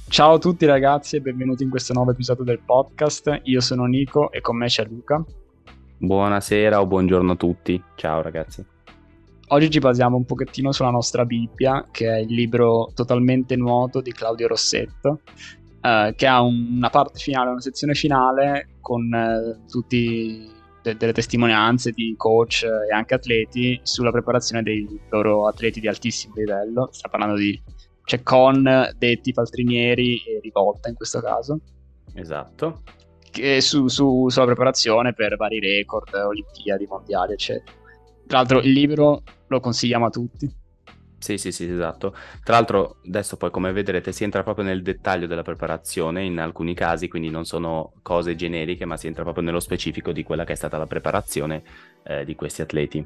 Ciao a tutti ragazzi e benvenuti in questo nuovo episodio del podcast. Io sono Nico e con me c'è Luca. Buonasera o buongiorno a tutti. Ciao ragazzi. Oggi ci basiamo un pochettino sulla nostra Bibbia, che è il libro totalmente nuoto di Claudio Rossetto, che ha una parte finale, una sezione finale con tutti delle testimonianze di coach e anche atleti sulla preparazione dei loro atleti di altissimo livello. Sta parlando di Ceccon, Detti, Paltrinieri e Rivolta in questo caso. Esatto. Che sulla preparazione per vari record, Olimpiadi, mondiali, eccetera. Tra l'altro il libro lo consigliamo a tutti. Sì, esatto. Tra l'altro, adesso poi come vedrete si entra proprio nel dettaglio della preparazione in alcuni casi, quindi non sono cose generiche, ma si entra proprio nello specifico di quella che è stata la preparazione di questi atleti.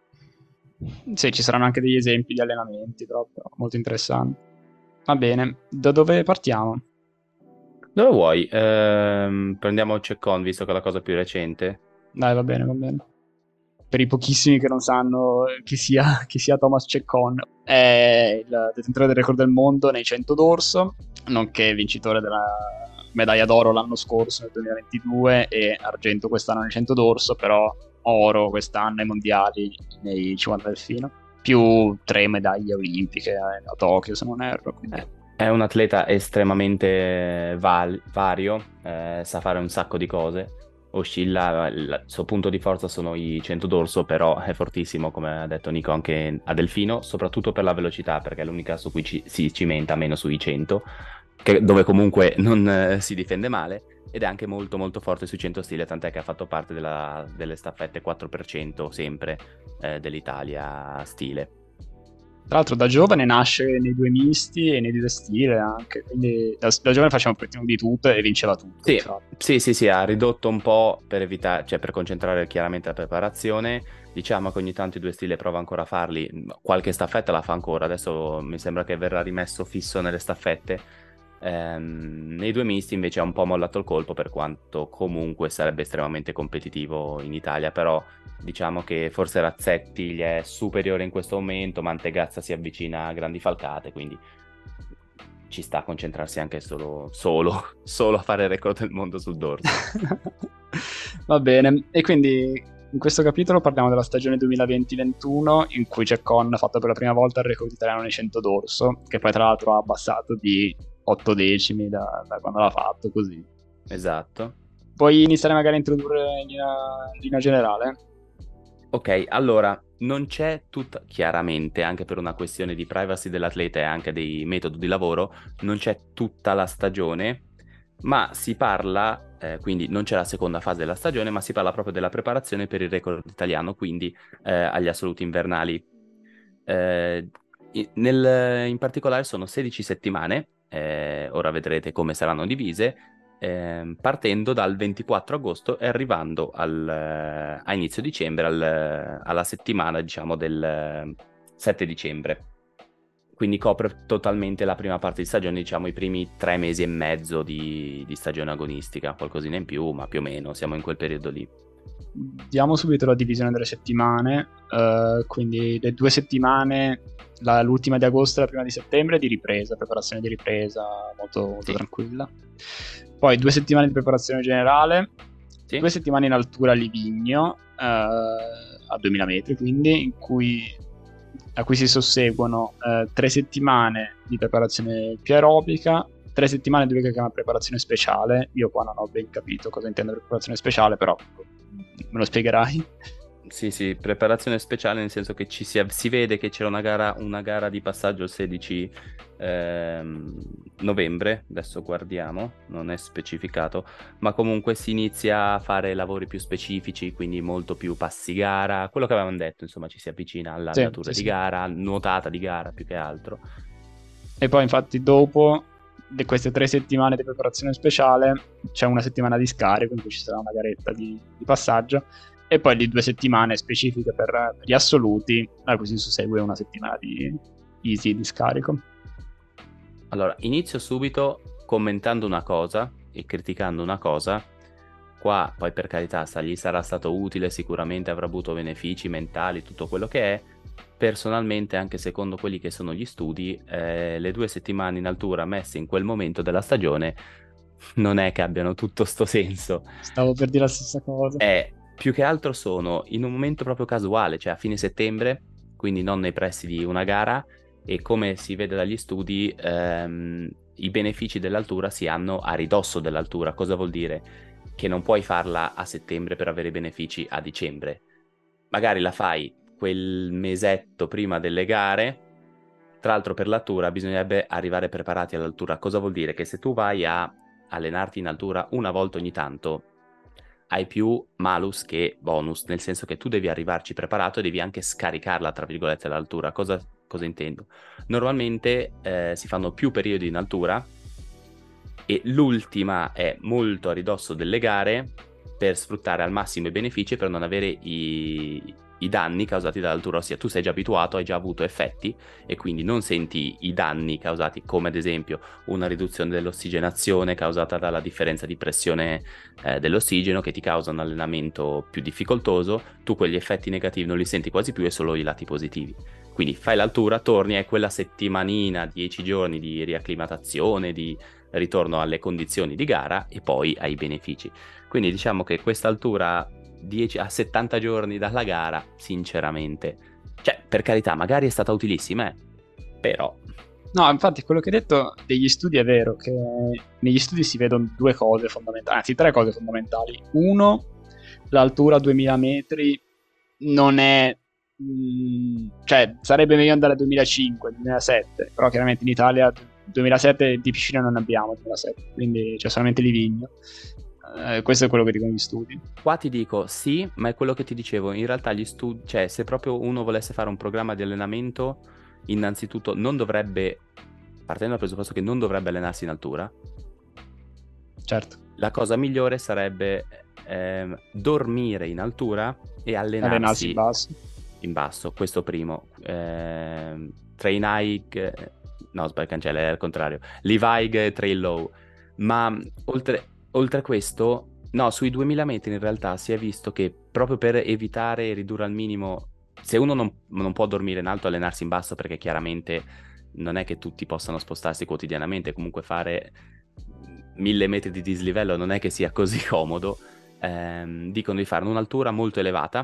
Sì, ci saranno anche degli esempi di allenamenti proprio molto interessanti. Va bene, da dove partiamo? Dove vuoi? Prendiamo Ceccon, visto che è la cosa più recente. Dai, va bene, va bene. Per i pochissimi che non sanno chi sia Thomas Ceccon, è il detentore del record del mondo nei 100 dorso, nonché vincitore della medaglia d'oro l'anno scorso nel 2022 e argento quest'anno nei 100 dorso, però oro quest'anno ai mondiali nei 50 delfino, più 3 medaglie olimpiche a Tokyo se non erro. Quindi. È un atleta estremamente vario, sa fare un sacco di cose. Oscilla, il suo punto di forza sono i 100 dorso, però è fortissimo, come ha detto Nico, anche a delfino, soprattutto per la velocità, perché è l'unica su cui si cimenta, meno sui 100, dove comunque non si difende male, ed è anche molto molto forte sui 100 stile, tant'è che ha fatto parte delle staffette 4% sempre dell'Italia stile. Tra l'altro da giovane nasce nei due misti e nei due stile anche, quindi da giovane faceva un pochettino di tutto e vinceva tutto, Sì, infatti. sì, ha ridotto un po' per evitare, cioè per concentrare chiaramente la preparazione. Diciamo che ogni tanto i due stili prova ancora a farli, qualche staffetta la fa ancora, adesso mi sembra che verrà rimesso fisso nelle staffette. Nei due misti invece ha un po' mollato il colpo, per quanto comunque sarebbe estremamente competitivo in Italia, però diciamo che forse Razzetti gli è superiore in questo momento, Mantegazza si avvicina a grandi falcate, quindi ci sta a concentrarsi anche solo a fare il record del mondo sul dorso. Va bene, e quindi in questo capitolo parliamo della stagione 2020-21 in cui Ceccon ha fatto per la prima volta il record italiano nei 100 dorso, che poi tra l'altro ha abbassato di 8 decimi da quando l'ha fatto, così. Esatto. Puoi iniziare magari a introdurre in linea generale? Ok, allora, non c'è tutta, chiaramente, anche per una questione di privacy dell'atleta e anche dei metodi di lavoro, non c'è tutta la stagione, ma si parla, quindi non c'è la seconda fase della stagione, ma si parla proprio della preparazione per il record italiano, quindi agli assoluti invernali. In particolare sono 16 settimane, ora vedrete come saranno divise, partendo dal 24 agosto e arrivando a inizio dicembre, alla settimana, diciamo, del 7 dicembre. Quindi copre totalmente la prima parte di stagione, diciamo i primi 3 mesi e mezzo di stagione agonistica, qualcosina in più, ma più o meno siamo in quel periodo lì. Diamo subito la divisione delle settimane, quindi le 2 settimane, l'ultima di agosto e la prima di settembre di ripresa, preparazione di ripresa molto, molto Sì, tranquilla. Poi 2 settimane di preparazione generale, sì. 2 settimane in altura a Livigno, a 2000 metri, quindi a cui si susseguono 3 settimane di preparazione più aerobica, 3 settimane di quella che chiama preparazione speciale. Io qua non ho ben capito cosa intende preparazione speciale, però me lo spiegherai. Sì, preparazione speciale nel senso che si vede che c'era una gara di passaggio il 16 novembre, adesso guardiamo, non è specificato, ma comunque si inizia a fare lavori più specifici, quindi molto più passi gara, quello che avevamo detto, insomma ci si avvicina Sì, all'andatura sì, di sì. gara, nuotata di gara più che altro. E poi infatti dopo di queste 3 settimane di preparazione speciale c'è una settimana di scarico in cui ci sarà una garetta di passaggio e poi di 2 settimane specifiche per gli assoluti, a cui si sussegue una settimana di easy di scarico. Allora, inizio subito commentando una cosa e criticando una cosa. Qua, poi per carità, gli sarà stato utile, sicuramente avrà avuto benefici mentali, tutto quello che è, personalmente, anche secondo quelli che sono gli studi, le 2 settimane in altura messe in quel momento della stagione non è che abbiano tutto sto senso. Stavo per dire la stessa cosa. Più che altro sono in un momento proprio casuale, cioè a fine settembre, quindi non nei pressi di una gara, e come si vede dagli studi, i benefici dell'altura si hanno a ridosso dell'altura. Cosa vuol dire? Che non puoi farla a settembre per avere i benefici a dicembre. Magari la fai quel mesetto prima delle gare. Tra l'altro per l'altura bisognerebbe arrivare preparati all'altura. Cosa vuol dire? Che se tu vai a allenarti in altura una volta ogni tanto, hai più malus che bonus, nel senso che tu devi arrivarci preparato e devi anche scaricarla, tra virgolette, l'altura. Cosa intendo? Normalmente si fanno più periodi in altura e l'ultima è molto a ridosso delle gare per sfruttare al massimo i benefici e per non avere i danni causati dall'altura, ossia tu sei già abituato, hai già avuto effetti e quindi non senti i danni causati, come ad esempio una riduzione dell'ossigenazione causata dalla differenza di pressione dell'ossigeno che ti causa un allenamento più difficoltoso. Tu quegli effetti negativi non li senti quasi più e solo i lati positivi. Quindi fai l'altura, torni, hai quella settimanina, 10 giorni di riacclimatazione, di ritorno alle condizioni di gara e poi ai benefici. Quindi diciamo che questa altura 10 a 70 giorni dalla gara, sinceramente, cioè per carità, magari è stata utilissima, però... No, infatti quello che hai detto degli studi è vero, che negli studi si vedono due cose fondamentali, anzi tre cose fondamentali. Uno, l'altura a 2000 metri non è... cioè sarebbe meglio andare a 2005, 2007, però chiaramente in Italia 2007 di piscina non ne abbiamo, 2007, quindi c'è solamente Livigno. Questo è quello che dicono gli studi. Qua ti dico sì, ma è quello che ti dicevo, in realtà gli studi, cioè se proprio uno volesse fare un programma di allenamento, innanzitutto non dovrebbe, partendo dal presupposto che non dovrebbe allenarsi in altura. Certo. La cosa migliore sarebbe dormire in altura e allenarsi in basso. In basso, questo primo. Train high, no, sbaglio, cancella, è al contrario. Live high, trail low. Ma oltre a questo, no, sui 2000 metri in realtà si è visto che proprio per evitare e ridurre al minimo, se uno non può dormire in alto, allenarsi in basso, perché chiaramente non è che tutti possano spostarsi quotidianamente, comunque fare 1000 metri di dislivello non è che sia così comodo. Dicono di fare un'altura molto elevata,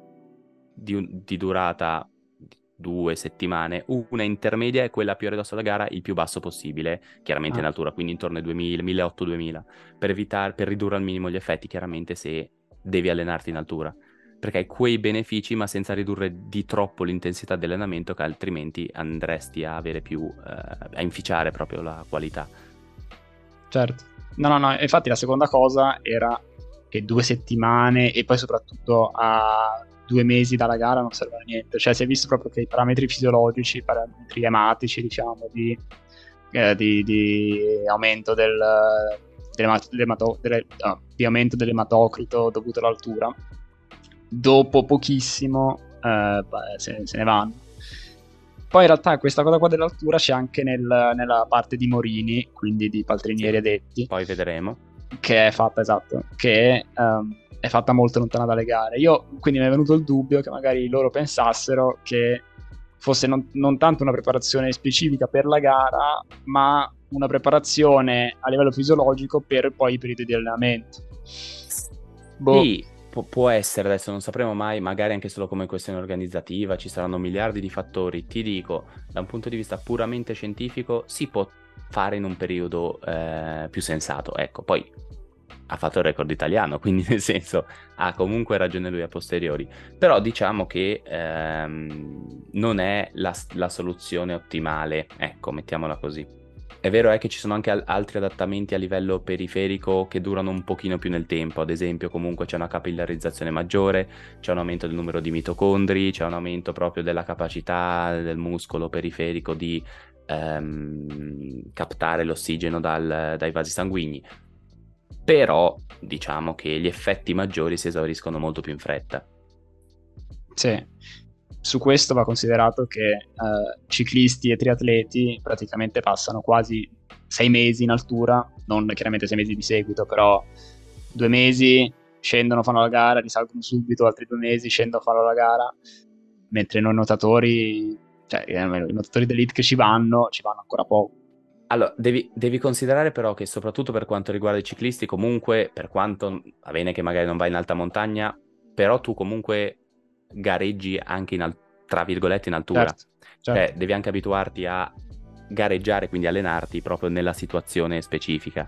di durata 2 settimane, una intermedia e quella più a ridosso della gara il più basso possibile, chiaramente in altura, quindi intorno ai 2000, 1800-2000, per ridurre al minimo gli effetti, chiaramente se devi allenarti in altura, perché hai quei benefici ma senza ridurre di troppo l'intensità dell'allenamento, che altrimenti andresti a avere più, a inficiare proprio la qualità. Certo. No, infatti la seconda cosa era che 2 settimane e poi soprattutto a 2 mesi dalla gara non serve a niente, cioè si è visto proprio che i parametri fisiologici, i parametri ematici, diciamo, di aumento di aumento dell'ematocrito dovuto all'altura, dopo pochissimo se ne vanno. Poi in realtà questa cosa qua dell'altura c'è anche nella parte di Morini, quindi di paltrinieri addetti. Poi vedremo. Che è fatta, esatto, che è fatta molto lontana dalle gare. Quindi mi è venuto il dubbio che magari loro pensassero che fosse non tanto una preparazione specifica per la gara, ma una preparazione a livello fisiologico per poi i periodi di allenamento. Sì, può essere, adesso non sapremo mai, magari anche solo come questione organizzativa, ci saranno miliardi di fattori. Ti dico, da un punto di vista puramente scientifico, si può fare in un periodo più sensato. Ecco, poi ha fatto il record italiano, quindi nel senso ha comunque ragione lui a posteriori. Però diciamo che non è la soluzione ottimale, ecco, mettiamola così. È vero che ci sono anche altri adattamenti a livello periferico che durano un pochino più nel tempo, ad esempio comunque c'è una capillarizzazione maggiore, c'è un aumento del numero di mitocondri, c'è un aumento proprio della capacità del muscolo periferico di captare l'ossigeno dai vasi sanguigni, però diciamo che gli effetti maggiori si esauriscono molto più in fretta. Sì. Su questo va considerato che ciclisti e triatleti praticamente passano quasi 6 mesi in altura, non chiaramente 6 mesi di seguito, però 2 mesi scendono, fanno la gara, risalgono subito, altri 2 mesi scendono, fanno la gara. mentre noi nuotatori, cioè i nuotatori d'elite che ci vanno ancora poco. Allora, devi considerare però che soprattutto per quanto riguarda i ciclisti, comunque, per quanto va bene che magari non vai in alta montagna, però tu comunque gareggi anche tra virgolette in altura. Certo. Cioè, devi anche abituarti a gareggiare, quindi allenarti proprio nella situazione specifica.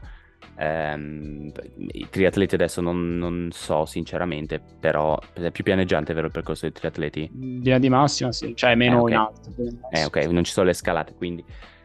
I triatleti adesso non so sinceramente, però è più pianeggiante, vero, il percorso dei triatleti? In linea di massima sì, cioè meno Ok. in alto. Ok, non ci sono le scalate, quindi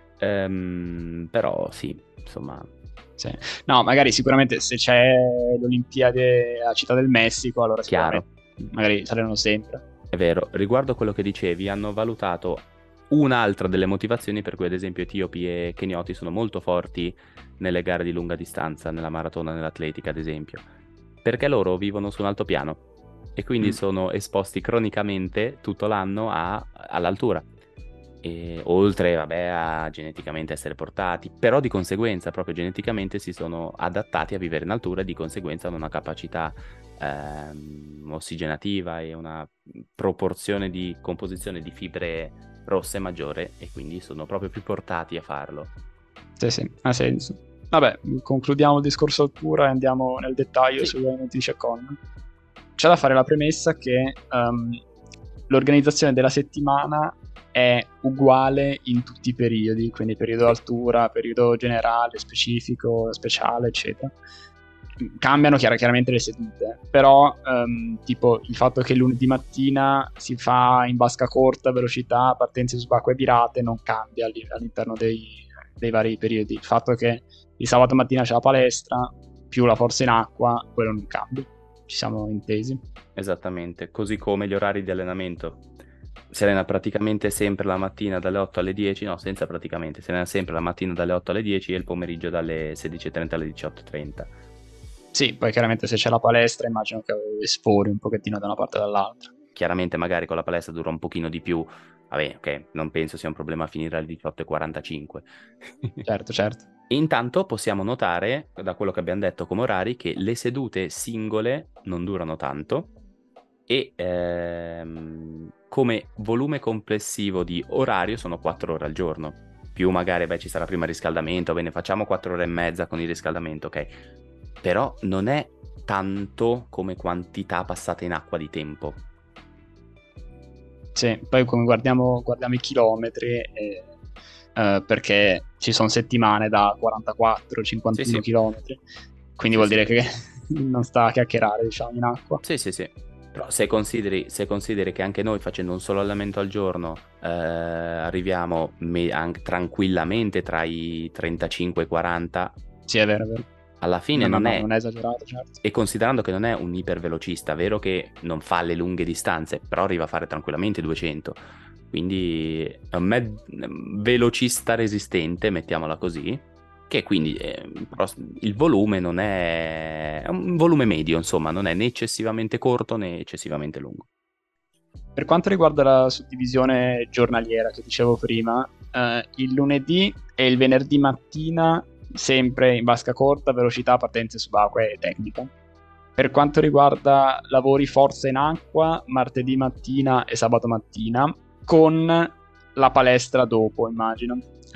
però sì, insomma. Sì. No, magari sicuramente se c'è l'Olimpiade a Città del Messico, allora Chiaro. sicuramente magari saranno sempre. È vero, riguardo a quello che dicevi, hanno valutato un'altra delle motivazioni per cui ad esempio etiopi e kenioti sono molto forti nelle gare di lunga distanza, nella maratona, nell'atletica ad esempio, perché loro vivono su un altopiano e quindi sono esposti cronicamente tutto l'anno all'altura. E oltre, vabbè, a geneticamente essere portati, però di conseguenza proprio geneticamente si sono adattati a vivere in altura e di conseguenza hanno una capacità ossigenativa e una proporzione di composizione di fibre rosse maggiore e quindi sono proprio più portati a farlo. Sì, ha senso. Vabbè, concludiamo il discorso altura e andiamo nel dettaglio sugli allenamenti di Chacon. C'è da fare la premessa che l'organizzazione della settimana è uguale in tutti i periodi, quindi periodo altura, periodo generale, specifico, speciale, eccetera. Cambiano chiaramente le sedute, però tipo il fatto che lunedì mattina si fa in vasca corta, velocità, partenze subacquee virate non cambia all'interno dei vari periodi. Il fatto che il sabato mattina c'è la palestra più la forza in acqua, quello non cambia. Ci siamo intesi? Esattamente, così come gli orari di allenamento. Si allena praticamente sempre la mattina dalle 8 alle 10, no, senza praticamente, si allena sempre la mattina dalle 8 alle 10 e il pomeriggio dalle 16:30 alle 18:30. Sì, poi chiaramente se c'è la palestra immagino che sfori un pochettino da una parte e dall'altra. Chiaramente magari con la palestra dura un pochino di più, vabbè, ok, non penso sia un problema finire alle 18:45. Certo. Intanto possiamo notare, da quello che abbiamo detto come orari, che le sedute singole non durano tanto e come volume complessivo di orario sono 4 ore al giorno. Più magari, ci sarà prima riscaldamento, bene, facciamo 4 ore e mezza con il riscaldamento, ok. Però non è tanto come quantità passata in acqua di tempo. Sì, poi come guardiamo i chilometri, perché ci sono settimane da 44-51 Sì. chilometri, quindi Sì, vuol dire che non sta a chiacchierare, diciamo, in acqua. Sì. Però se consideri che anche noi facendo un solo allenamento al giorno arriviamo tranquillamente tra i 35 e i 40. Sì, è vero. Alla fine non è esagerato, certo. E considerando che non è un ipervelocista, vero che non fa le lunghe distanze, però arriva a fare tranquillamente 200. Quindi è un velocista resistente, mettiamola così, che quindi però il volume non è un volume medio, insomma, non è né eccessivamente corto né eccessivamente lungo. Per quanto riguarda la suddivisione giornaliera che dicevo prima, il lunedì e il venerdì mattina sempre in vasca corta, velocità, partenze subacquee e tecnica. Per quanto riguarda lavori forza in acqua, martedì mattina e sabato mattina, con la palestra dopo, immagino.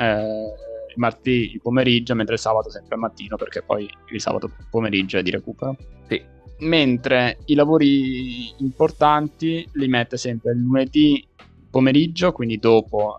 Il martedì il pomeriggio, mentre il sabato sempre al mattino, perché poi il sabato pomeriggio è di recupero. Sì. Mentre i lavori importanti li mette sempre il lunedì pomeriggio, quindi dopo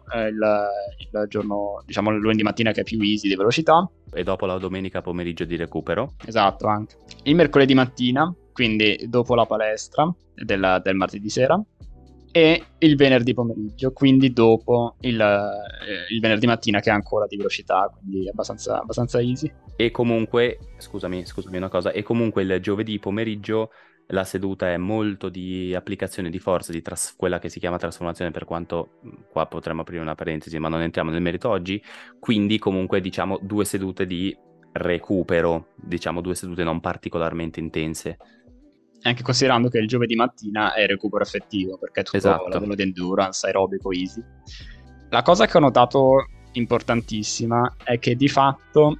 il giorno, diciamo il lunedì mattina che è più easy di velocità. E dopo la domenica pomeriggio di recupero. Esatto, anche. Il mercoledì mattina, quindi dopo la palestra del martedì sera. E il venerdì pomeriggio, quindi dopo il venerdì mattina che è ancora di velocità, quindi abbastanza easy. E comunque, scusami una cosa, e comunque il giovedì pomeriggio la seduta è molto di applicazione di forza, di quella che si chiama trasformazione, per quanto qua potremmo aprire una parentesi, ma non entriamo nel merito oggi, quindi comunque diciamo 2 sedute di recupero, diciamo 2 sedute non particolarmente intense. Anche considerando che il giovedì mattina è recupero effettivo, perché è tutto Esatto. lavoro di endurance, aerobico, easy. La cosa che ho notato importantissima è che di fatto,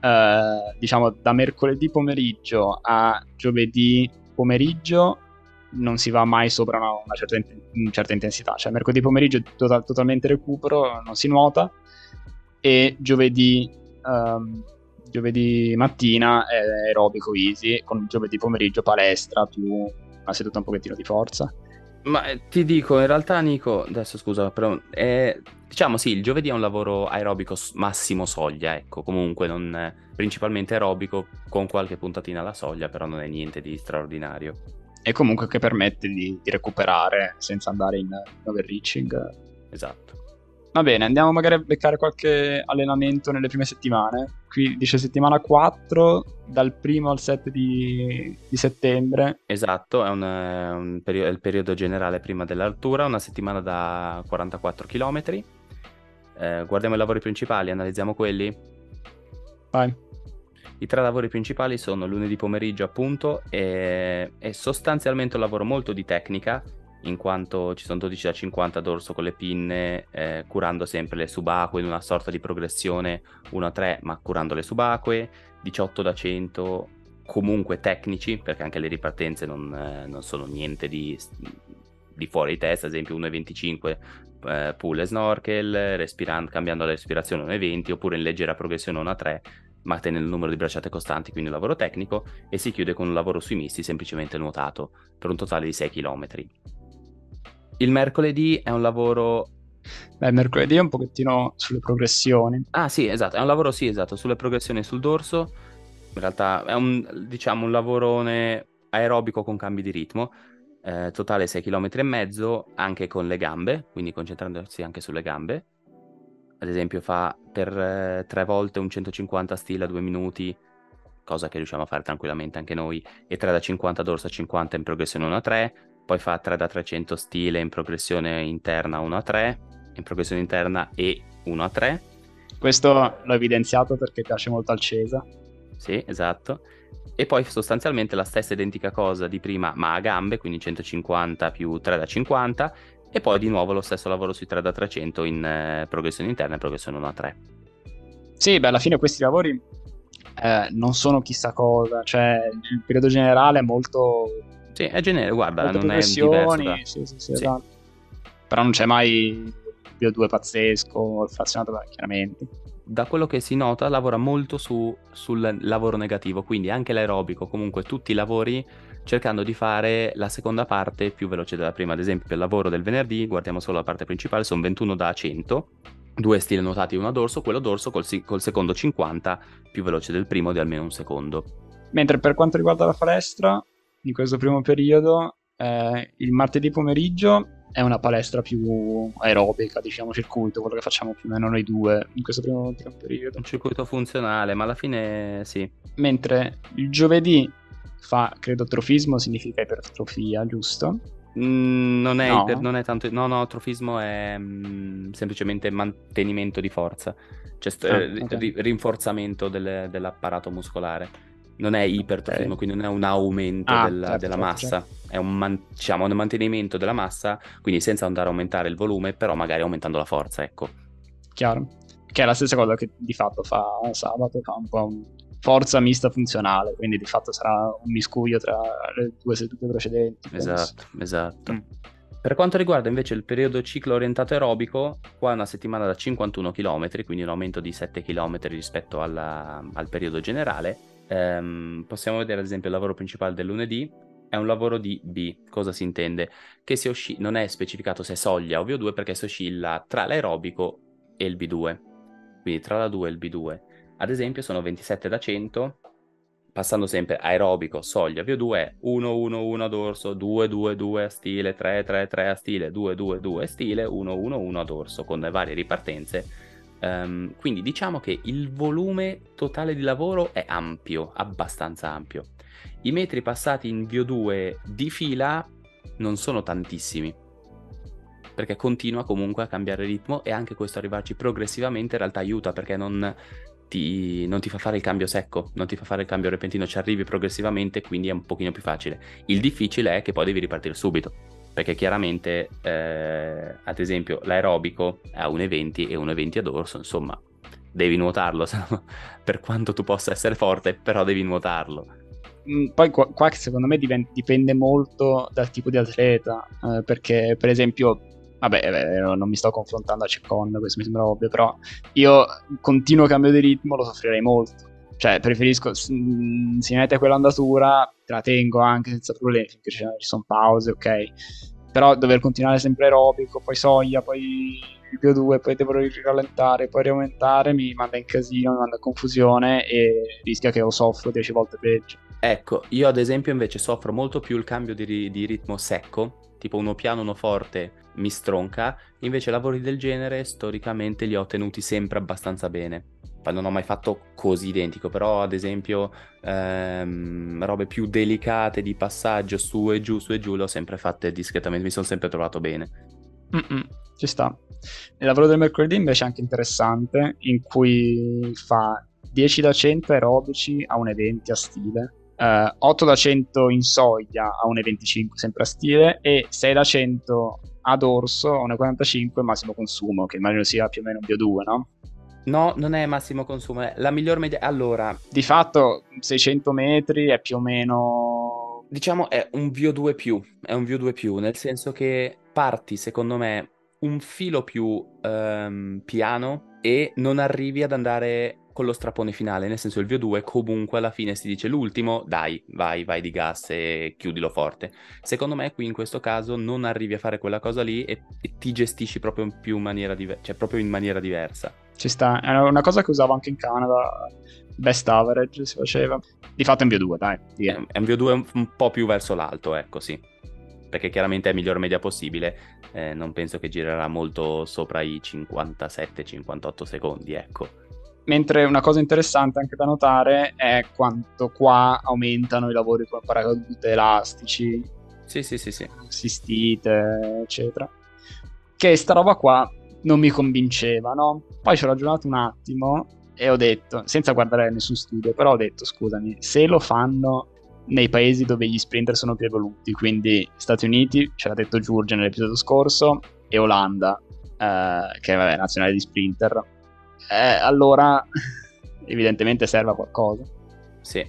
diciamo da mercoledì pomeriggio a giovedì pomeriggio non si va mai sopra una certa intensità, cioè mercoledì pomeriggio è totalmente recupero, non si nuota, e giovedì mattina è aerobico easy, con giovedì pomeriggio palestra più una seduta un pochettino di forza. Ma ti dico, in realtà Nico, adesso scusa, però diciamo sì, il giovedì è un lavoro aerobico massimo soglia, ecco, comunque non, principalmente aerobico con qualche puntatina alla soglia, però non è niente di straordinario. E comunque che permette di recuperare senza andare in overreaching. Esatto. Va bene, andiamo magari a beccare qualche allenamento nelle prime settimane. Qui dice settimana 4, dal 1 al 7 di settembre. Esatto, è è il periodo generale prima dell'altura, una settimana da 44 km. Guardiamo i lavori principali, analizziamo quelli. Vai. I 3 lavori principali sono lunedì pomeriggio, appunto, e sostanzialmente un lavoro molto di tecnica, in quanto ci sono 12 da 50 dorso con le pinne, curando sempre le subacquee in una sorta di progressione 1-3, ma curando le subacquee, 18 da 100 comunque tecnici, perché anche le ripartenze non sono niente di fuori di testa, ad esempio 1,25 pull e snorkel, cambiando la respirazione 1,20, oppure in leggera progressione 1-3, ma tenendo il numero di bracciate costanti, quindi un lavoro tecnico, e si chiude con un lavoro sui misti semplicemente nuotato, per un totale di 6 km. Il mercoledì è un lavoro... Beh, mercoledì è un pochettino sulle progressioni. Ah sì, esatto, è un lavoro, sì, esatto, sulle progressioni sul dorso. In realtà è diciamo, un lavorone aerobico con cambi di ritmo, totale 6 km e mezzo, anche con le gambe, quindi concentrandosi anche sulle gambe. Ad esempio fa per 3 volte un 150 stile a 2 minuti, cosa che riusciamo a fare tranquillamente anche noi, e 3 da 50 dorso a 50 in progressione 1-3, poi fa 3 da 300 stile in progressione interna 1-3, in progressione interna e 1-3. Questo l'ho evidenziato perché piace molto al Cesa. Sì, esatto. E poi sostanzialmente la stessa identica cosa di prima, ma a gambe, quindi 150 più 3 da 50, e poi di nuovo lo stesso lavoro sui 3 da 300 in progressione interna e progressione 1-3. Sì, beh, alla fine questi lavori non sono chissà cosa, cioè il periodo generale è molto... Sì, è genere, guarda, molte non è diverso progressioni, sì, esatto. Però non c'è mai il VO2 pazzesco, il frazionato, chiaramente. Da quello che si nota, lavora molto sul lavoro negativo, quindi anche l'aerobico, comunque tutti i lavori, cercando di fare la seconda parte più veloce della prima. Ad esempio, il lavoro del venerdì, guardiamo solo la parte principale, sono 21 da 100, 2 stile nuotati e uno a dorso, quello dorso col secondo 50 più veloce del primo di almeno un secondo. Mentre per quanto riguarda la palestra, in questo primo periodo, il martedì pomeriggio è una palestra più aerobica, diciamo circuito, quello che facciamo più o meno noi due in questo primo periodo. Un circuito funzionale, ma alla fine sì. Mentre il giovedì fa, credo, trofismo, significa ipertrofia, giusto? Non è No. non è tanto... No, trofismo è semplicemente mantenimento di forza, cioè Okay. rinforzamento dell'apparato muscolare. Non è ipertrofismo, Okay. quindi non è un aumento della Certo. massa, è diciamo, un mantenimento della massa, quindi senza andare a aumentare il volume, però magari aumentando la forza, ecco. Chiaro. Che è la stessa cosa che di fatto fa sabato, fa un po' forza mista funzionale, quindi di fatto sarà un miscuglio tra le due sedute precedenti. Esatto. Per quanto riguarda invece il periodo ciclo orientato aerobico, qua è una settimana da 51 km, quindi un aumento di 7 km rispetto al periodo generale. Possiamo vedere ad esempio il lavoro principale del lunedì, è un lavoro di B. Cosa si intende? Che non è specificato se è soglia o VO2 perché si oscilla tra l'aerobico e il B2, quindi tra la 2 e il B2. Ad esempio sono 27 da 100, passando sempre aerobico, soglia, VO2 è 1-1-1 a dorso, 2-2-2 a stile, 3-3-3 a stile, 2-2-2 a stile, 1-1-1 a dorso, con le varie ripartenze. Quindi diciamo che il volume totale di lavoro è ampio, abbastanza ampio. I metri passati in VO2 di fila non sono tantissimi, perché continua comunque a cambiare ritmo, e anche questo arrivarci progressivamente in realtà aiuta, perché non ti fa fare il cambio secco, non ti fa fare il cambio repentino, ci arrivi progressivamente, quindi è un pochino più facile. Il difficile è che poi devi ripartire subito, perché chiaramente ad esempio l'aerobico è a 1,20 e 1,20 a dorso, insomma devi nuotarlo, per quanto tu possa essere forte, però devi nuotarlo. Poi qua secondo me dipende molto dal tipo di atleta, perché per esempio, vabbè, non mi sto confrontando a Ceccon, questo mi sembra ovvio, però io continuo cambio di ritmo lo soffrirei molto. Cioè, preferisco, se mi mette quell'andatura, te la tengo anche senza problemi, finché ci sono pause, ok. Però dover continuare sempre aerobico, poi soglia, poi il VO2, poi devo rallentare, poi riaumentare, mi manda in casino, mi manda in confusione e rischia che lo soffro 10 volte peggio. Ecco, io ad esempio invece soffro molto più il cambio di ritmo secco, tipo uno piano, uno forte mi stronca, invece lavori del genere storicamente li ho tenuti sempre abbastanza bene. Poi non ho mai fatto così identico, però ad esempio robe più delicate di passaggio su e giù le ho sempre fatte discretamente, mi sono sempre trovato bene. Mm-mm, ci sta. Il lavoro del mercoledì invece è anche interessante, in cui fa 10 da 100 aerobici a 1,20 a stile, 8 da 100 in soglia a 1,25 sempre a stile e 6 da 100 a dorso a 1,45 massimo consumo, che immagino sia più o meno un VO2, no? No, non è massimo consumo, è la miglior media. Allora, Di fatto 600 metri è più o meno... diciamo è un VO2 più, è un VO2 più, nel senso che parti, secondo me, un filo più piano e non arrivi ad andare con lo strappone finale, nel senso il VO2 comunque alla fine si dice l'ultimo, dai, vai di gas e chiudilo forte. Secondo me qui in questo caso non arrivi a fare quella cosa lì e ti gestisci proprio in più maniera cioè proprio in maniera diversa. Ci sta, è una cosa che usavo anche in Canada, best average si faceva. Di fatto è un VO2, dai, È via. un VO2 un po' più verso l'alto, ecco, sì. Perché chiaramente è miglior media possibile, non penso che girerà molto sopra i 57-58 secondi, ecco. Mentre una cosa interessante anche da notare è quanto qua aumentano i lavori con paracadute elastici, Sì, sì, sì, sì. assistite, eccetera. Che sta roba qua non mi convinceva, no? Poi ci ho ragionato un attimo e ho detto, senza guardare nessun studio, però ho detto, scusami, se lo fanno nei paesi dove gli sprinter sono più evoluti, quindi Stati Uniti, ce l'ha detto Giorgia nell'episodio scorso, e Olanda, che vabbè, nazionale di sprinter, allora evidentemente serve a qualcosa. Sì.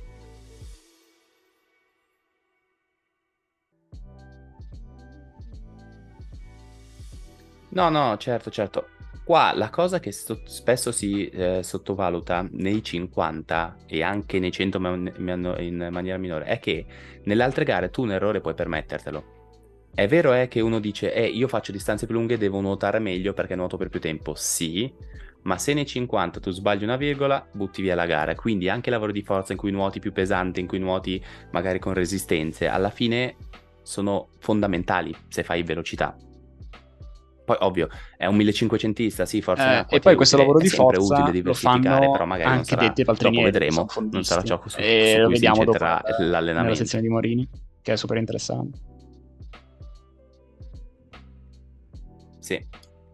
No, no, certo, certo. Qua la cosa che spesso si sottovaluta nei 50 e anche nei 100 in maniera minore è che nelle altre gare tu un errore puoi permettertelo. È vero è che uno dice, io faccio distanze più lunghe, devo nuotare meglio perché nuoto per più tempo. Sì, ma se nei 50 tu sbagli una virgola, butti via la gara. Quindi anche lavori di forza in cui nuoti più pesante, in cui nuoti magari con resistenze, alla fine sono fondamentali se fai velocità. Poi, ovvio, è un 1500ista, sì, forza in acqua E ti è poi questo utile, lavoro è di sempre utile forza lo diversificare, però fanno magari non anche sarà, detti dopo paltrinieri, che sono vedremo, non sarà fondisti. ciò su E lo cui si vediamo dopo incentrerà nella l'allenamento. sezione di Morini, che è super interessante. Sì.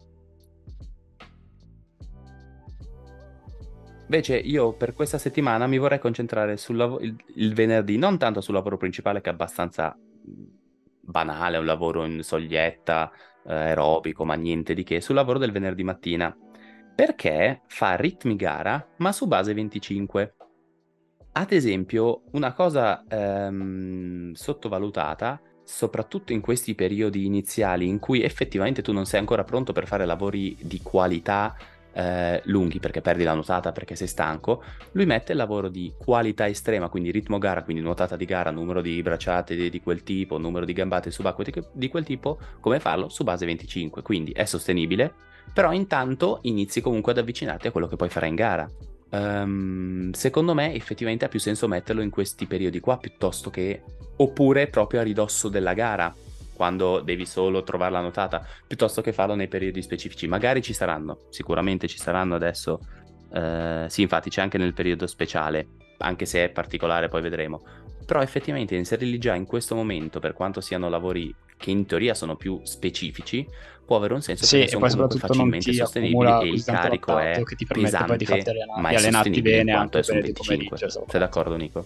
Invece io per questa settimana mi vorrei concentrare il venerdì, non tanto sul lavoro principale che è abbastanza banale, è un lavoro in soglietta, aerobico, ma niente di che, sul lavoro del venerdì mattina, perché fa ritmi gara, ma su base 25. Ad esempio, una cosa sottovalutata, soprattutto in questi periodi iniziali in cui effettivamente tu non sei ancora pronto per fare lavori di qualità lunghi perché perdi la nuotata, perché sei stanco, lui mette il lavoro di qualità estrema, quindi ritmo gara, quindi nuotata di gara, numero di bracciate di quel tipo, numero di gambate subacquee di quel tipo, come farlo su base 25. Quindi è sostenibile, però intanto inizi comunque ad avvicinarti a quello che poi farai in gara. Secondo me effettivamente ha più senso metterlo in questi periodi qua piuttosto che oppure proprio a ridosso della gara quando devi solo trovare la nuotata piuttosto che farlo nei periodi specifici. Magari ci saranno, sicuramente ci saranno adesso. Sì, infatti c'è anche nel periodo speciale, anche se è particolare, poi vedremo. Però effettivamente inserirli già in questo momento, per quanto siano lavori che in teoria sono più specifici, può avere un senso Sì, perché e sono poi comunque soprattutto non facilmente ti sostenibili accumula e il così tanto carico lattato è che ti permette poi pesante, ma di è allenarti sostenibile in bene quanto anche è su un per il pomeriggio 25. e Sei sabato. d'accordo, Nico?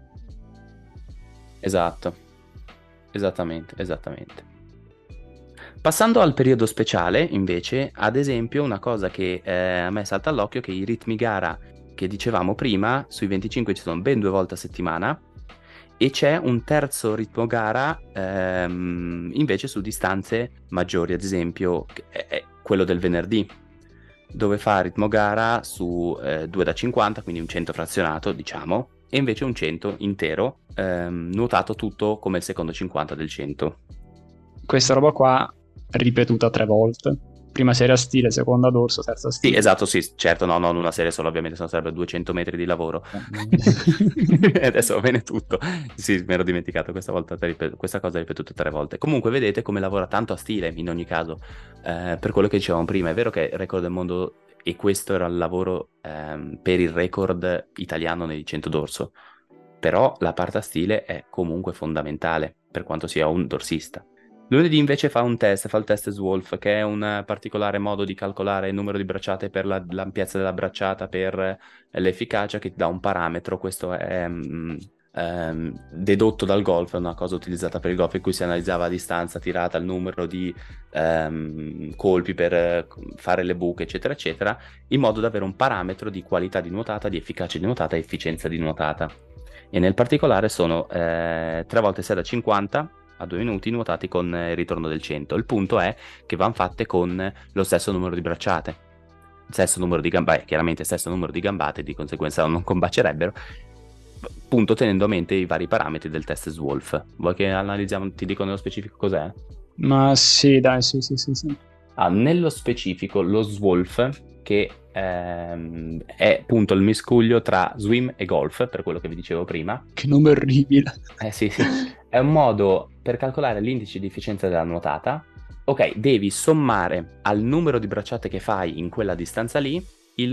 Esatto, esattamente, esattamente. Passando al periodo speciale, invece, ad esempio, una cosa che a me salta all'occhio è che i ritmi gara che dicevamo prima, sui 25 ci sono ben 2 volte a settimana, e c'è un terzo ritmo gara invece su distanze maggiori, ad esempio che è quello del venerdì, dove fa ritmo gara su 2 da 50, quindi un 100 frazionato, diciamo, e invece un 100 intero, nuotato tutto come il secondo 50 del 100. Questa roba qua ripetuta 3 volte. Prima serie a stile, seconda dorso, terza Sì, stile. esatto, sì, certo, no, non una serie solo, ovviamente, se no sarebbero 200 metri di lavoro. E adesso va bene tutto. Sì, mi ero dimenticato questa volta, questa cosa ripetuta 3 volte. Comunque vedete come lavora tanto a stile, in ogni caso. Per quello che dicevamo prima, è vero che il record del mondo, e questo era il lavoro per il record italiano nei 100 dorso, però la parte a stile è comunque fondamentale, per quanto sia un dorsista. Lunedì invece fa il test Swolf, che è un particolare modo di calcolare il numero di bracciate per l'ampiezza della bracciata, per l'efficacia, che ti dà un parametro. Questo è dedotto dal golf, è una cosa utilizzata per il golf, in cui si analizzava a distanza tirata il numero di colpi per fare le buche, eccetera, eccetera, in modo da avere un parametro di qualità di nuotata, di efficacia di nuotata e efficienza di nuotata. E nel particolare sono 3 volte 6 da 50 a 2 minuti nuotati con il ritorno del 100. Il punto è che vanno fatte con lo stesso numero di bracciate, stesso numero di gambate, chiaramente stesso numero di gambate, di conseguenza non combacerebbero, appunto tenendo a mente i vari parametri del test Swolf. Vuoi che analizziamo, ti dico nello specifico cos'è? Ma sì, dai, sì, sì, sì, sì. Nello specifico lo Swolf, che è appunto il miscuglio tra swim e golf, per quello che vi dicevo prima. Che nome orribile. Sì, sì. È un modo per calcolare l'indice di efficienza della nuotata. Ok, devi sommare al numero di bracciate che fai in quella distanza lì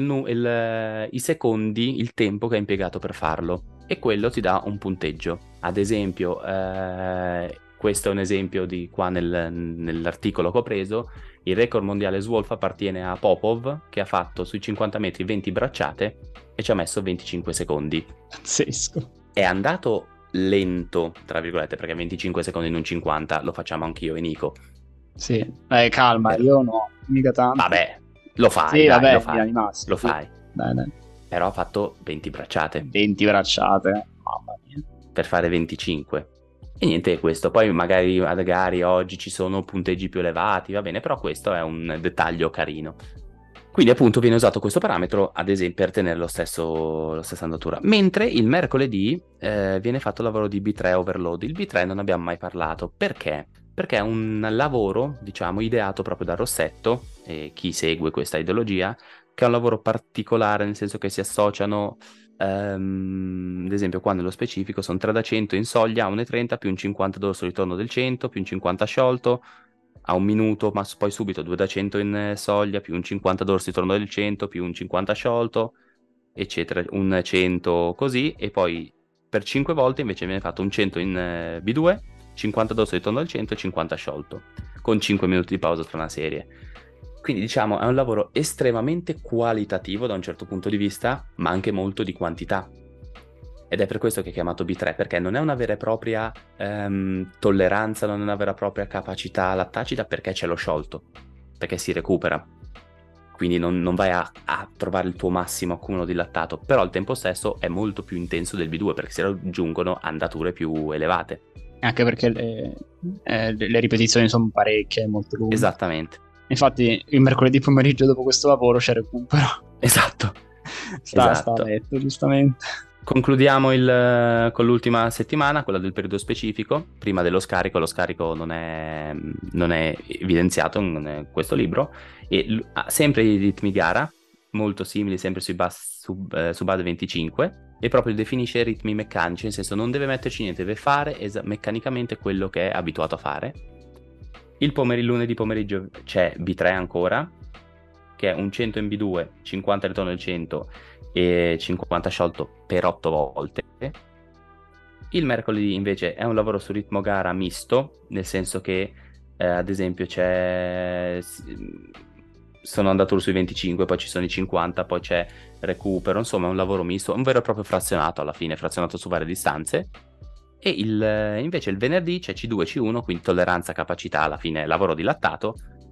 i secondi, il tempo che hai impiegato per farlo, e quello ti dà un punteggio. Ad esempio, questo è un esempio di qua nell'articolo che ho preso. Il record mondiale Swolf appartiene a Popov, che ha fatto sui 50 metri 20 bracciate e ci ha messo 25 secondi. Pazzesco. È andato lento, tra virgolette, perché 25 secondi in un 50 lo facciamo anch'io e Nico. Sì, calma, io no, mica tanto. Vabbè, lo fai, sì, dai, vabbè, lo fai, massimo, lo sì. fai. Dai, dai. Però ha fatto 20 bracciate. 20 bracciate, mamma mia. Per fare 25. E niente, è questo. Poi magari oggi ci sono punteggi più elevati, va bene, però questo è un dettaglio carino. Quindi appunto viene usato questo parametro, ad esempio, per tenere la stessa andatura. Mentre il mercoledì viene fatto il lavoro di B3 overload. Il B3 non abbiamo mai parlato. Perché? Perché è un lavoro, diciamo, ideato proprio da Rossetto, e chi segue questa ideologia, che è un lavoro particolare, nel senso che si associano, ad esempio qua nello specifico, sono 3 da 100 in soglia, 1,30 più un 50 dorso ritorno del 100, più un 50 sciolto, a 1 minuto, ma poi subito 2 da 100 in soglia, più un 50 dorso ritorno del 100, più un 50 sciolto, eccetera, un 100 così, e poi per 5 volte invece viene fatto un 100 in B2, 50 dorso ritorno del 100 e 50 sciolto, con 5 minuti di pausa tra una serie. Quindi diciamo è un lavoro estremamente qualitativo da un certo punto di vista, ma anche molto di quantità. Ed è per questo che è chiamato B3, perché non è una vera e propria tolleranza, non è una vera e propria capacità lattacida, perché c'è lo sciolto, perché si recupera. Quindi non vai a trovare il tuo massimo accumulo di lattato, però al tempo stesso è molto più intenso del B2, perché si raggiungono andature più elevate. Anche perché le ripetizioni sono parecchie, molto lunghe. Esattamente. Infatti il mercoledì pomeriggio dopo questo lavoro c'è recupero. Esatto. sta Esatto. a letto, giustamente. Concludiamo con l'ultima settimana, quella del periodo specifico, prima dello scarico. Lo scarico non è evidenziato in questo libro, e sempre i ritmi gara, molto simili, sempre su base 25, e proprio definisce i ritmi meccanici, nel senso non deve metterci niente, deve fare meccanicamente quello che è abituato a fare. Il lunedì pomeriggio c'è B3 ancora, che è un 100 in B2, 50 ritorno del 100 e 50 sciolto per 8 volte. Il mercoledì invece è un lavoro su ritmo gara misto, nel senso che ad esempio sono andato sui 25, poi ci sono i 50, poi c'è recupero, insomma è un lavoro misto, un vero e proprio frazionato alla fine, frazionato su varie distanze. E invece il venerdì c'è C2, C1, quindi tolleranza, capacità, alla fine lavoro dilattato,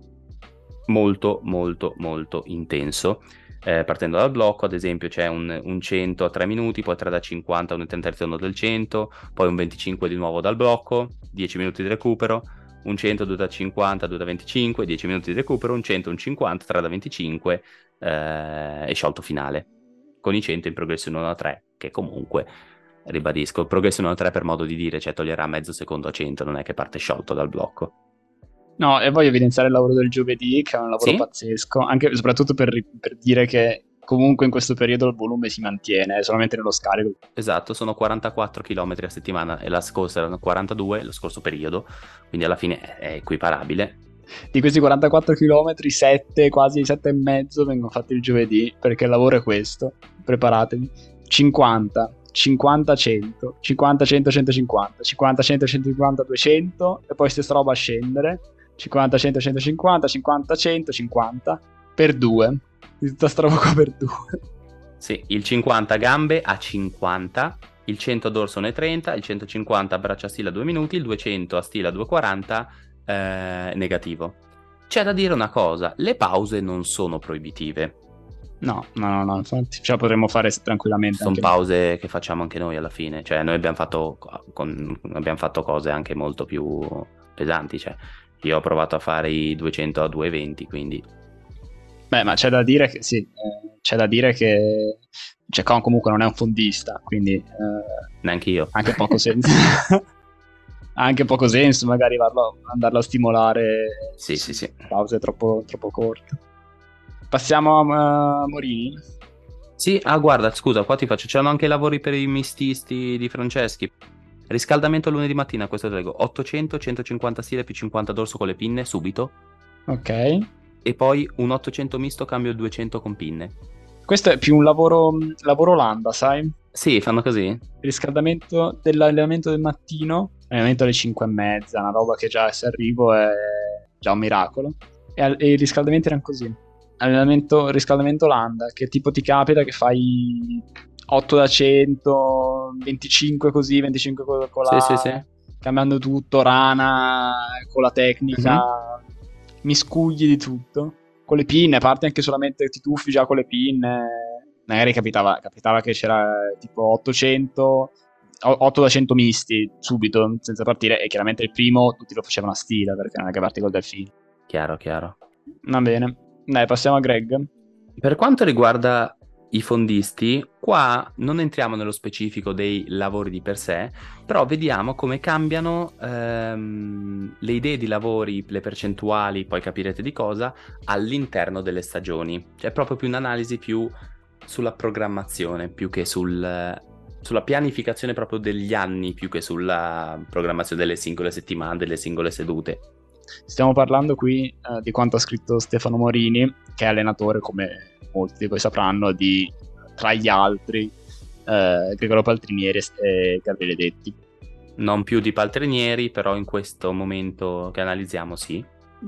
molto molto molto intenso. Partendo dal blocco, ad esempio, c'è un 100 a 3 minuti, poi 3 da 50, un tenterzione del 100, poi un 25 di nuovo dal blocco, 10 minuti di recupero, un 100, 2 da 50, 2 da 25, 10 minuti di recupero, un 100, un 50, 3 da 25 e sciolto finale, con i 100 in progressione 1 a 3, che comunque, ribadisco, progressione 1 a 3 per modo di dire, cioè toglierà mezzo secondo a 100, non è che parte sciolto dal blocco. No, e voglio evidenziare il lavoro del giovedì, che è un lavoro Sì? pazzesco, anche e soprattutto per dire che comunque in questo periodo il volume si mantiene, solamente nello scarico. Esatto, sono 44 km a settimana e la scorsa erano 42, lo scorso periodo, quindi alla fine è equiparabile. Di questi 44 km, 7, quasi 7 e mezzo vengono fatti il giovedì, perché il lavoro è questo. Preparatevi. 50, 50, 100, 50, 100, 150, 50, 100, 150, 200, e poi stessa roba a scendere. 50, 100, 150, 50, 100, 50, per 2. Tutta sta roba qua per 2. Sì, il 50 gambe a 50, il 100 dorso ne 30, il 150 braccia a stile a 2 minuti, il 200 a stile a 2,40 negativo. C'è da dire una cosa, le pause non sono proibitive. No, infatti ce la potremmo fare tranquillamente Sono anche noi. pause che facciamo anche noi alla fine, cioè noi abbiamo fatto cose anche molto più pesanti, cioè io ho provato a fare i 200 a 2,20, quindi Beh, ma c'è da dire che sì, c'è da dire che Cecon comunque non è un fondista, quindi neanche io. anche poco senso. Ha anche poco senso magari andarlo a stimolare Sì, su sì, sì. pause troppo corte. Passiamo a Morini. Sì, guarda, scusa, qua ti faccio, c'erano anche i lavori per i mististi di Franceschi. Riscaldamento lunedì mattina, questo te leggo, 800, 150 stile più 50 dorso con le pinne, subito. Ok. E poi un 800 misto, cambio 200 con pinne. Questo è più un lavoro landa, sai? Sì, fanno così? Il riscaldamento dell'allenamento del mattino, allenamento alle 5 e mezza, una roba che già se arrivo è già un miracolo. E i riscaldamenti erano così. Riscaldamento landa, che tipo ti capita che fai 8 da 100, 25 così, 25 con Sì, sì, la... sì. cambiando tutto, rana, con la tecnica, Mhm. miscugli di tutto. Con le pinne, parti anche solamente, ti tuffi già con le pinne. Magari capitava che c'era tipo 800, 8 da 100 misti subito, senza partire, e chiaramente il primo tutti lo facevano a stile, perché non è che parti col delfino. Chiaro, chiaro. Va bene. Dai, passiamo a Greg. Per quanto riguarda i fondisti, qua non entriamo nello specifico dei lavori di per sé, però vediamo come cambiano le idee di lavori, le percentuali, poi capirete di cosa, all'interno delle stagioni. Cioè proprio più un'analisi più sulla programmazione, più che sulla pianificazione proprio degli anni, più che sulla programmazione delle singole settimane, delle singole sedute. Stiamo parlando qui di quanto ha scritto Stefano Morini, che è allenatore, come molti di voi sapranno, di, tra gli altri, Gregorio Paltrinieri e Gabriele Detti. Non più di Paltrinieri, però in questo momento che analizziamo sì.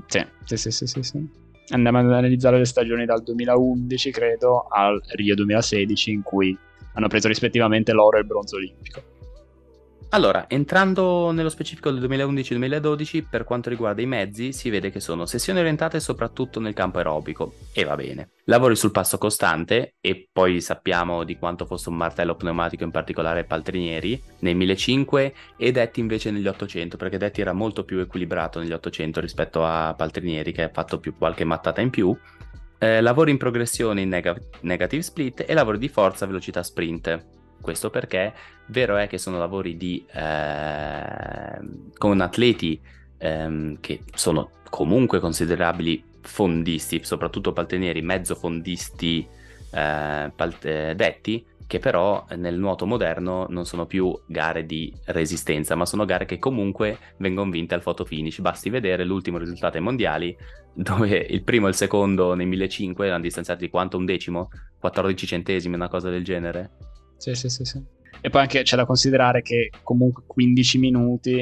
Sì. Andiamo ad analizzare le stagioni dal 2011, credo, al Rio 2016, in cui hanno preso rispettivamente l'oro e il bronzo olimpico. Allora, entrando nello specifico del 2011-2012, per quanto riguarda i mezzi, si vede che sono sessioni orientate soprattutto nel campo aerobico, e va bene. Lavori sul passo costante, e poi sappiamo di quanto fosse un martello pneumatico, in particolare Paltrinieri, nei 1500, e Detti invece negli 800, perché Detti era molto più equilibrato negli 800 rispetto a Paltrinieri, che ha fatto più qualche mattata in più. Lavori in progressione in negative split e lavori di forza velocità sprint. Questo perché vero è che sono lavori con atleti che sono comunque considerabili fondisti, soprattutto paltenieri, mezzo fondisti detti, che però nel nuoto moderno non sono più gare di resistenza, ma sono gare che comunque vengono vinte al photo finish. Basti vedere l'ultimo risultato ai mondiali, dove il primo e il secondo nei 1500 erano distanziati di quanto? Un decimo? 14 centesimi, una cosa del genere. Sì. E poi anche c'è da considerare che comunque 15 minuti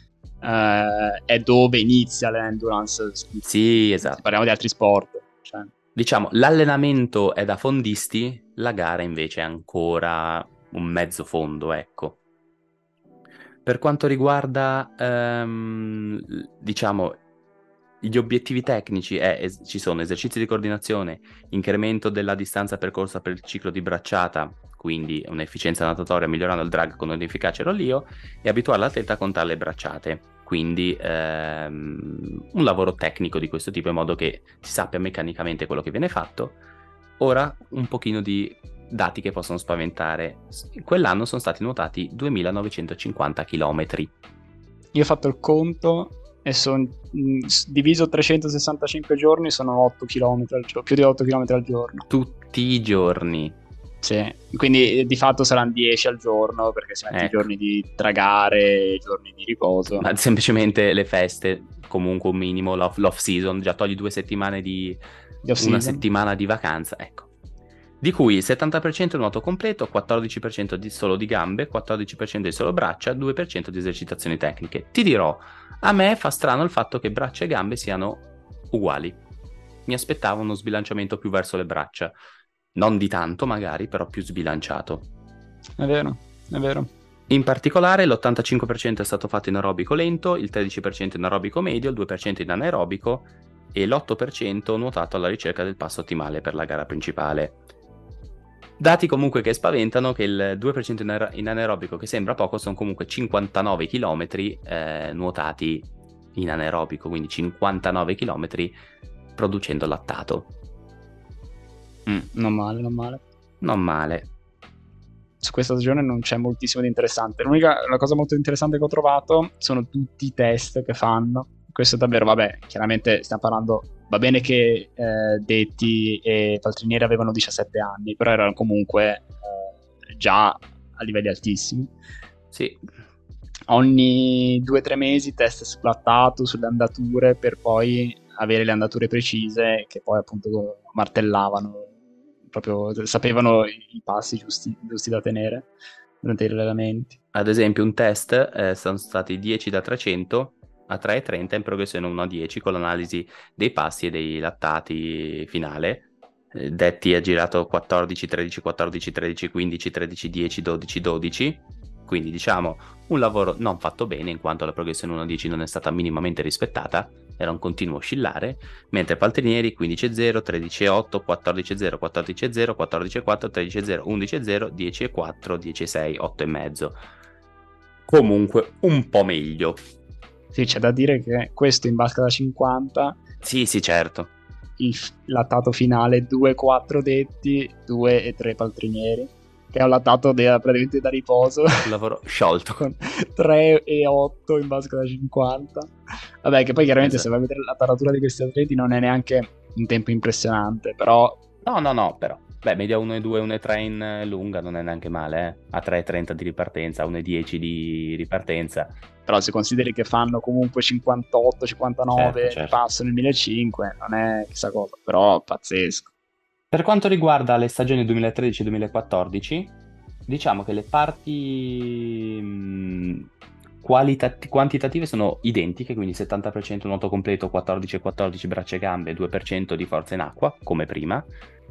è dove inizia l'endurance. Sì, esatto. Parliamo di altri sport. Cioè. Diciamo, l'allenamento è da fondisti, la gara invece è ancora un mezzo fondo, ecco. Per quanto riguarda, diciamo, gli obiettivi tecnici, ci sono esercizi di coordinazione, incremento della distanza percorsa per il ciclo di bracciata, quindi un'efficienza natatoria migliorando il drag con un efficace rollio, e abituare l'atleta a contare le bracciate, quindi un lavoro tecnico di questo tipo in modo che si sappia meccanicamente quello che viene fatto. Ora un pochino di dati che possono spaventare. Quell'anno sono stati nuotati 2950 km. Io ho fatto il conto e diviso 365 giorni sono 8 km al giorno, più di 8 km al giorno. Tutti i giorni. Sì, quindi di fatto saranno 10 al giorno, perché si metti i giorni di tragare, i giorni di riposo. Ma semplicemente le feste, comunque un minimo, l'off season, già togli 2 settimane di una settimana di vacanza, ecco. Di cui il 70% è nuoto completo, 14% solo di gambe, 14% di solo braccia, 2% di esercitazioni tecniche. Ti dirò, a me fa strano il fatto che braccia e gambe siano uguali. Mi aspettavo uno sbilanciamento più verso le braccia. Non di tanto magari, però più sbilanciato. È vero, è vero. In particolare l'85% è stato fatto in aerobico lento, il 13% in aerobico medio, il 2% in anaerobico e l'8% nuotato alla ricerca del passo ottimale per la gara principale. Dati comunque che spaventano, che il 2% in anaerobico, che sembra poco, sono comunque 59 km nuotati in anaerobico, quindi 59 km producendo lattato. Non male, non male. Non male. Su questa stagione non c'è moltissimo di interessante. La cosa molto interessante che ho trovato sono tutti i test che fanno. Questo è davvero, vabbè, chiaramente stiamo parlando, va bene che Detti e Paltrinieri avevano 17 anni, però erano comunque già a livelli altissimi. Sì. Ogni 2-3 mesi test splattato sulle andature per poi avere le andature precise che poi appunto martellavano, proprio sapevano i passi giusti da tenere durante gli allenamenti. Ad esempio un test sono stati 10 da 300 a 3,30 in progressione 1 a 10 con l'analisi dei passi e dei lattati finale. Detti ha girato 14, 13, 14, 13, 15, 13, 10, 12, 12. Quindi diciamo un lavoro non fatto bene in quanto la progressione 1 a 10 non è stata minimamente rispettata, era un continuo oscillare, mentre Paltrinieri 15,0, 13,8, 14,0, 14,0, 14,4, 13,0, 11,0, 10,4, 10,6, 8,5. Comunque un po' meglio. Sì, c'è da dire che questo in basca da 50. Sì, certo. Il lattato finale 2-4 Detti, 2-3 Paltrinieri, che è un lattato praticamente da riposo. Un lavoro sciolto. Con 3-8 in basca da 50. Vabbè, che poi chiaramente se vai a vedere la taratura di questi atleti non è neanche un tempo impressionante, però... No, però. Beh, media 1,2, 1,3 in lunga non è neanche male, a 3,30 di ripartenza, 1,10 di ripartenza. Però se consideri che fanno comunque 58, 59, certo. passano il 1500, non è chissà cosa, però pazzesco. Per quanto riguarda le stagioni 2013-2014, diciamo che le parti quantitative sono identiche, quindi 70% nuoto completo, 14 braccia e gambe, 2% di forza in acqua, come prima.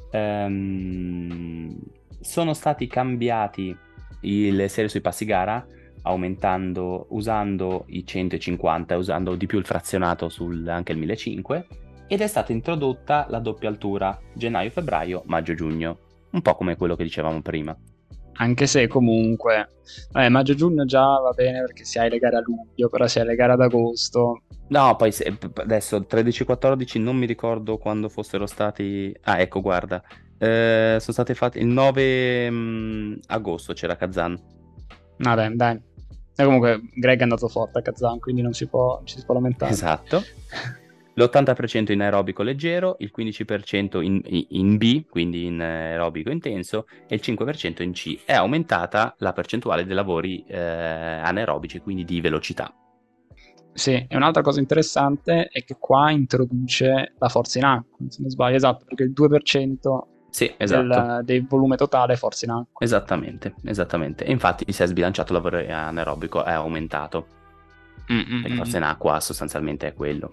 Sono stati cambiati le serie sui passi gara, usando i 150 e usando di più il frazionato anche il 1500, ed è stata introdotta la doppia altura gennaio-febbraio, maggio-giugno, un po' come quello che dicevamo prima. Anche se comunque maggio-giugno già va bene perché se hai le gare a luglio, però se hai le gare ad agosto... No, poi adesso 13-14 non mi ricordo quando fossero stati... Ah, ecco, guarda. Sono stati fatti il 9 agosto, c'era Kazan. Vabbè, dai. E comunque Greg è andato forte a Kazan, quindi non si può lamentare. Esatto. L'80% in aerobico leggero, il 15% in B, quindi in aerobico intenso, e il 5% in C. È aumentata la percentuale dei lavori anaerobici, quindi di velocità. Sì, e un'altra cosa interessante è che qua introduce la forza in acqua, se non sbaglio, esatto, perché il 2% sì, esatto. del volume totale è forza in acqua. Esattamente. E infatti si è sbilanciato il lavoro anaerobico, è aumentato. Perché forza in acqua sostanzialmente è quello.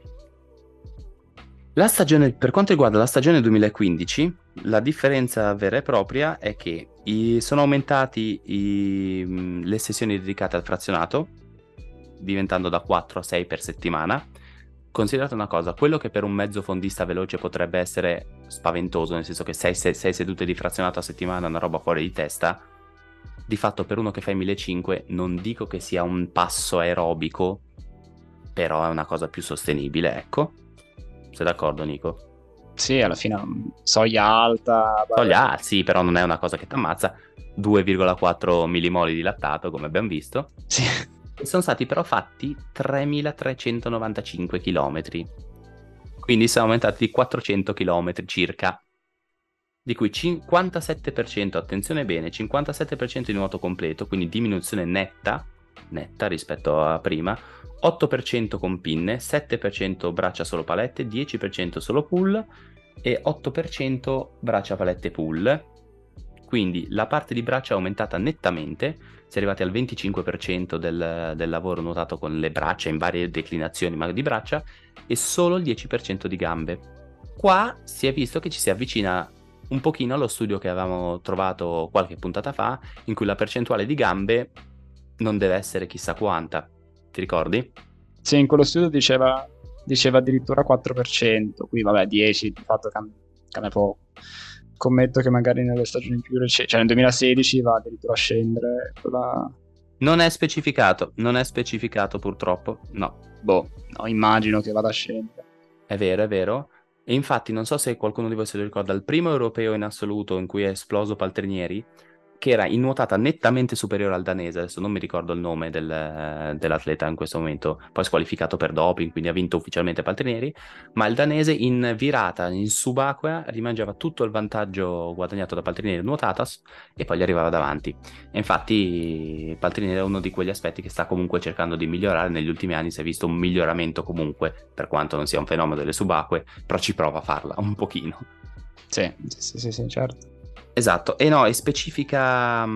Per quanto riguarda la stagione 2015, la differenza vera e propria è che sono aumentati le sessioni dedicate al frazionato, diventando da 4 a 6 per settimana. Considerate una cosa, quello che per un mezzo fondista veloce potrebbe essere spaventoso, nel senso che 6 sedute di frazionato a settimana è una roba fuori di testa, di fatto per uno che fa i 1500 non dico che sia un passo aerobico, però è una cosa più sostenibile, ecco. Sei d'accordo, Nico? Sì, alla fine soglia alta. Soglia, sì, però non è una cosa che ti ammazza. 2,4 millimoli di lattato, come abbiamo visto. Sì. E sono stati però fatti 3.395 chilometri. Quindi siamo aumentati di 400 chilometri circa, di cui 57%, attenzione bene, 57% di nuoto completo, quindi diminuzione netta rispetto a prima, 8% con pinne, 7% braccia solo palette, 10% solo pull e 8% braccia palette pull. Quindi la parte di braccia è aumentata nettamente, si è arrivati al 25% del lavoro nuotato con le braccia in varie declinazioni ma di braccia e solo il 10% di gambe. Qua si è visto che ci si avvicina un pochino allo studio che avevamo trovato qualche puntata fa, in cui la percentuale di gambe non deve essere chissà quanta. Ti ricordi? Sì, in quello studio diceva addirittura 4%, qui vabbè 10, di fatto cambia poco. Scommetto che magari nelle stagioni più recenti, cioè nel 2016 va addirittura a scendere quella... Non è specificato purtroppo, no. Boh, no, immagino che vada a scendere. È vero. E infatti non so se qualcuno di voi se lo ricorda, il primo europeo in assoluto in cui è esploso Paltrinieri, che era in nuotata nettamente superiore al danese, adesso non mi ricordo il nome dell'atleta in questo momento, poi squalificato per doping, quindi ha vinto ufficialmente Paltrinieri, ma il danese in virata, in subacquea, rimangiava tutto il vantaggio guadagnato da Paltrinieri in nuotata e poi gli arrivava davanti. E infatti Paltrinieri è uno di quegli aspetti che sta comunque cercando di migliorare, negli ultimi anni si è visto un miglioramento comunque, per quanto non sia un fenomeno delle subacquee, però ci prova a farla un pochino. Sì, certo. Esatto, e specifica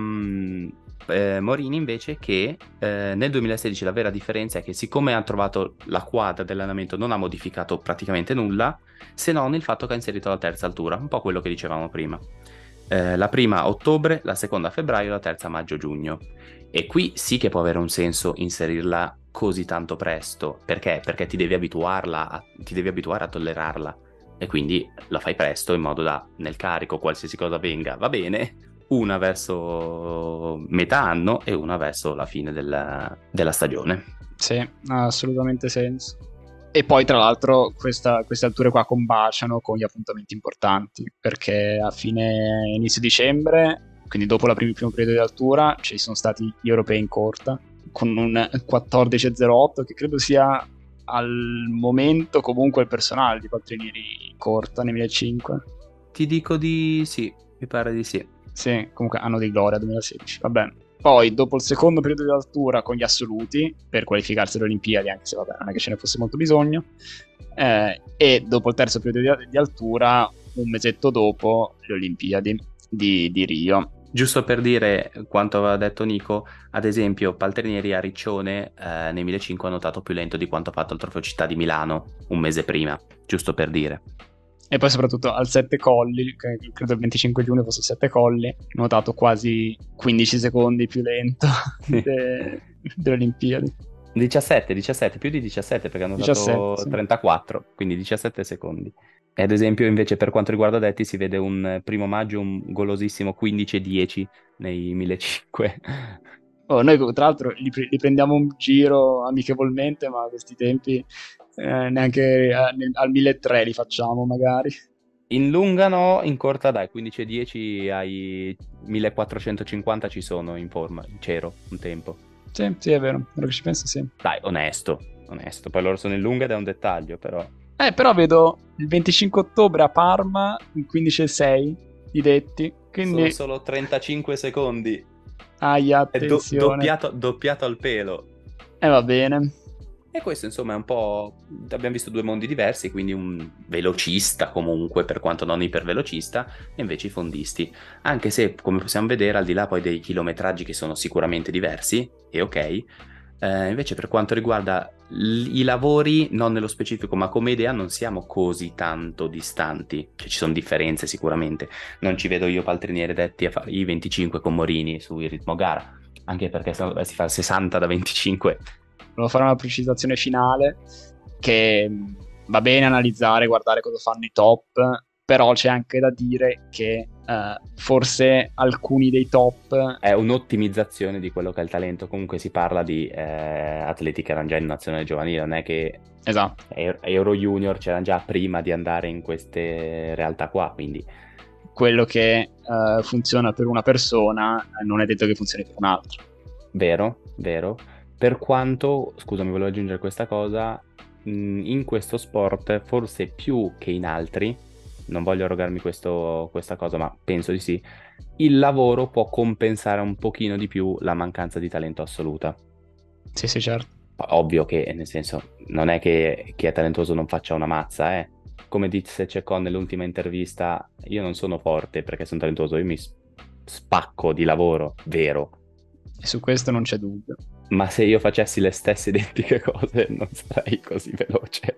Morini invece che nel 2016 la vera differenza è che siccome ha trovato la quadra dell'allenamento non ha modificato praticamente nulla, se non il fatto che ha inserito la terza altura, un po' quello che dicevamo prima. La prima a ottobre, la seconda a febbraio, la terza a maggio-giugno. E qui sì che può avere un senso inserirla così tanto presto. Perché? Perché ti devi abituare a tollerarla. E quindi la fai presto in modo da, nel carico, qualsiasi cosa venga, va bene, una verso metà anno e una verso la fine della stagione. Sì, ha assolutamente senso. E poi tra l'altro queste alture qua combaciano con gli appuntamenti importanti, perché a fine inizio dicembre, quindi dopo primo periodo di altura, ci sono stati gli europei in corta, con un 14.08 che credo sia al momento comunque il personale di Paltrinieri in corta nei 1500. Ti dico di sì, mi pare di sì. Sì, comunque anno di gloria 2016, va bene. Poi dopo il secondo periodo di altura con gli assoluti per qualificarsi alle Olimpiadi, anche se vabbè non è che ce ne fosse molto bisogno, e dopo il terzo periodo di altura un mesetto dopo le Olimpiadi di Rio. Giusto per dire quanto aveva detto Nico, ad esempio Paltrinieri a Riccione nei 1500 ha notato più lento di quanto ha fatto il Trofeo Città di Milano un mese prima, giusto per dire. E poi soprattutto al Sette Colli, credo il 25 giugno fosse il Sette Colli, ho notato quasi 15 secondi più lento delle Olimpiadi. 17, più di 17 perché hanno dato 34, quindi 17 secondi. E ad esempio invece per quanto riguarda Detti si vede un primo maggio un golosissimo 15-10 nei 1500. Noi tra l'altro li prendiamo un giro amichevolmente, ma a questi tempi neanche al 1300 li facciamo magari. In lunga no, in corta dai, 15-10 ai 1450 ci sono in forma, c'ero un tempo. Sì, è vero, ora che ci penso sì. Dai, onesto, poi loro sono in lunga ed è un dettaglio però. Però vedo il 25 ottobre a Parma, il 15.6 di Detti, quindi... Sono solo 35 secondi. Attenzione. È doppiato al pelo. Va bene. E questo insomma è un po'... abbiamo visto due mondi diversi, quindi un velocista comunque, per quanto non ipervelocista, e invece i fondisti. Anche se, come possiamo vedere, al di là poi dei chilometraggi che sono sicuramente diversi, e ok, invece per quanto riguarda i lavori, non nello specifico, ma come idea non siamo così tanto distanti, che ci sono differenze sicuramente. Non ci vedo io Paltrinieri Detti a fare i 25 con Morini sul ritmo gara, anche perché se no dovessi fare 60 da 25... volevo fare una precisazione finale che va bene analizzare, guardare cosa fanno i top, però c'è anche da dire che forse alcuni dei top... È un'ottimizzazione di quello che è il talento. Comunque si parla di atleti che erano già in nazionale giovanile, non è che Esatto. Euro Junior c'erano già prima di andare in queste realtà qua, quindi... Quello che funziona per una persona non è detto che funzioni per un'altra. Vero, vero. Per quanto, scusami, volevo aggiungere questa cosa, in questo sport, forse più che in altri, non voglio arrogarmi questa cosa, ma penso di sì, il lavoro può compensare un pochino di più la mancanza di talento assoluta. Sì, sì, certo. Ovvio che, nel senso, non è che chi è talentuoso non faccia una mazza, eh. Come disse Cecco nell'ultima intervista, io non sono forte perché sono talentuoso, io mi spacco di lavoro, vero. E su questo non c'è dubbio. Ma se io facessi le stesse identiche cose non sarei così veloce.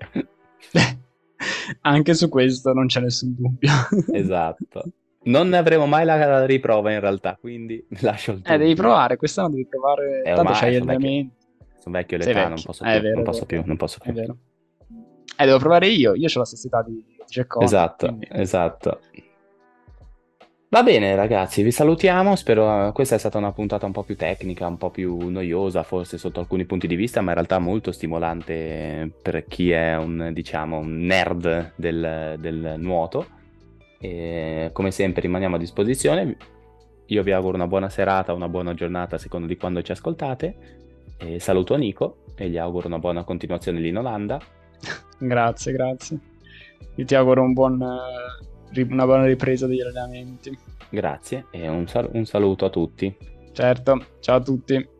Anche su questo non c'è nessun dubbio. Esatto. Non ne avremo mai la riprova in realtà, quindi lascio il Devi dubbio. provare, quest'anno devi provare. E Tanto ormai c'hai gli sono allenamenti. vecchio Sei all'età, non vecchio. posso È più, vero, non è posso vero. più, non posso È più. vero. Devo provare io. Io ho la stessa età di Jackon, Esatto, quindi... esatto. Va bene ragazzi, vi salutiamo, spero questa è stata una puntata un po' più tecnica, un po' più noiosa forse sotto alcuni punti di vista, ma in realtà molto stimolante per chi è diciamo, un nerd del nuoto. E come sempre rimaniamo a disposizione, io vi auguro una buona serata, una buona giornata a seconda di quando ci ascoltate, e saluto Nico e gli auguro una buona continuazione lì in Olanda. Grazie, grazie. Io ti auguro una buona ripresa degli allenamenti. Grazie e un saluto a tutti. Certo, ciao a tutti.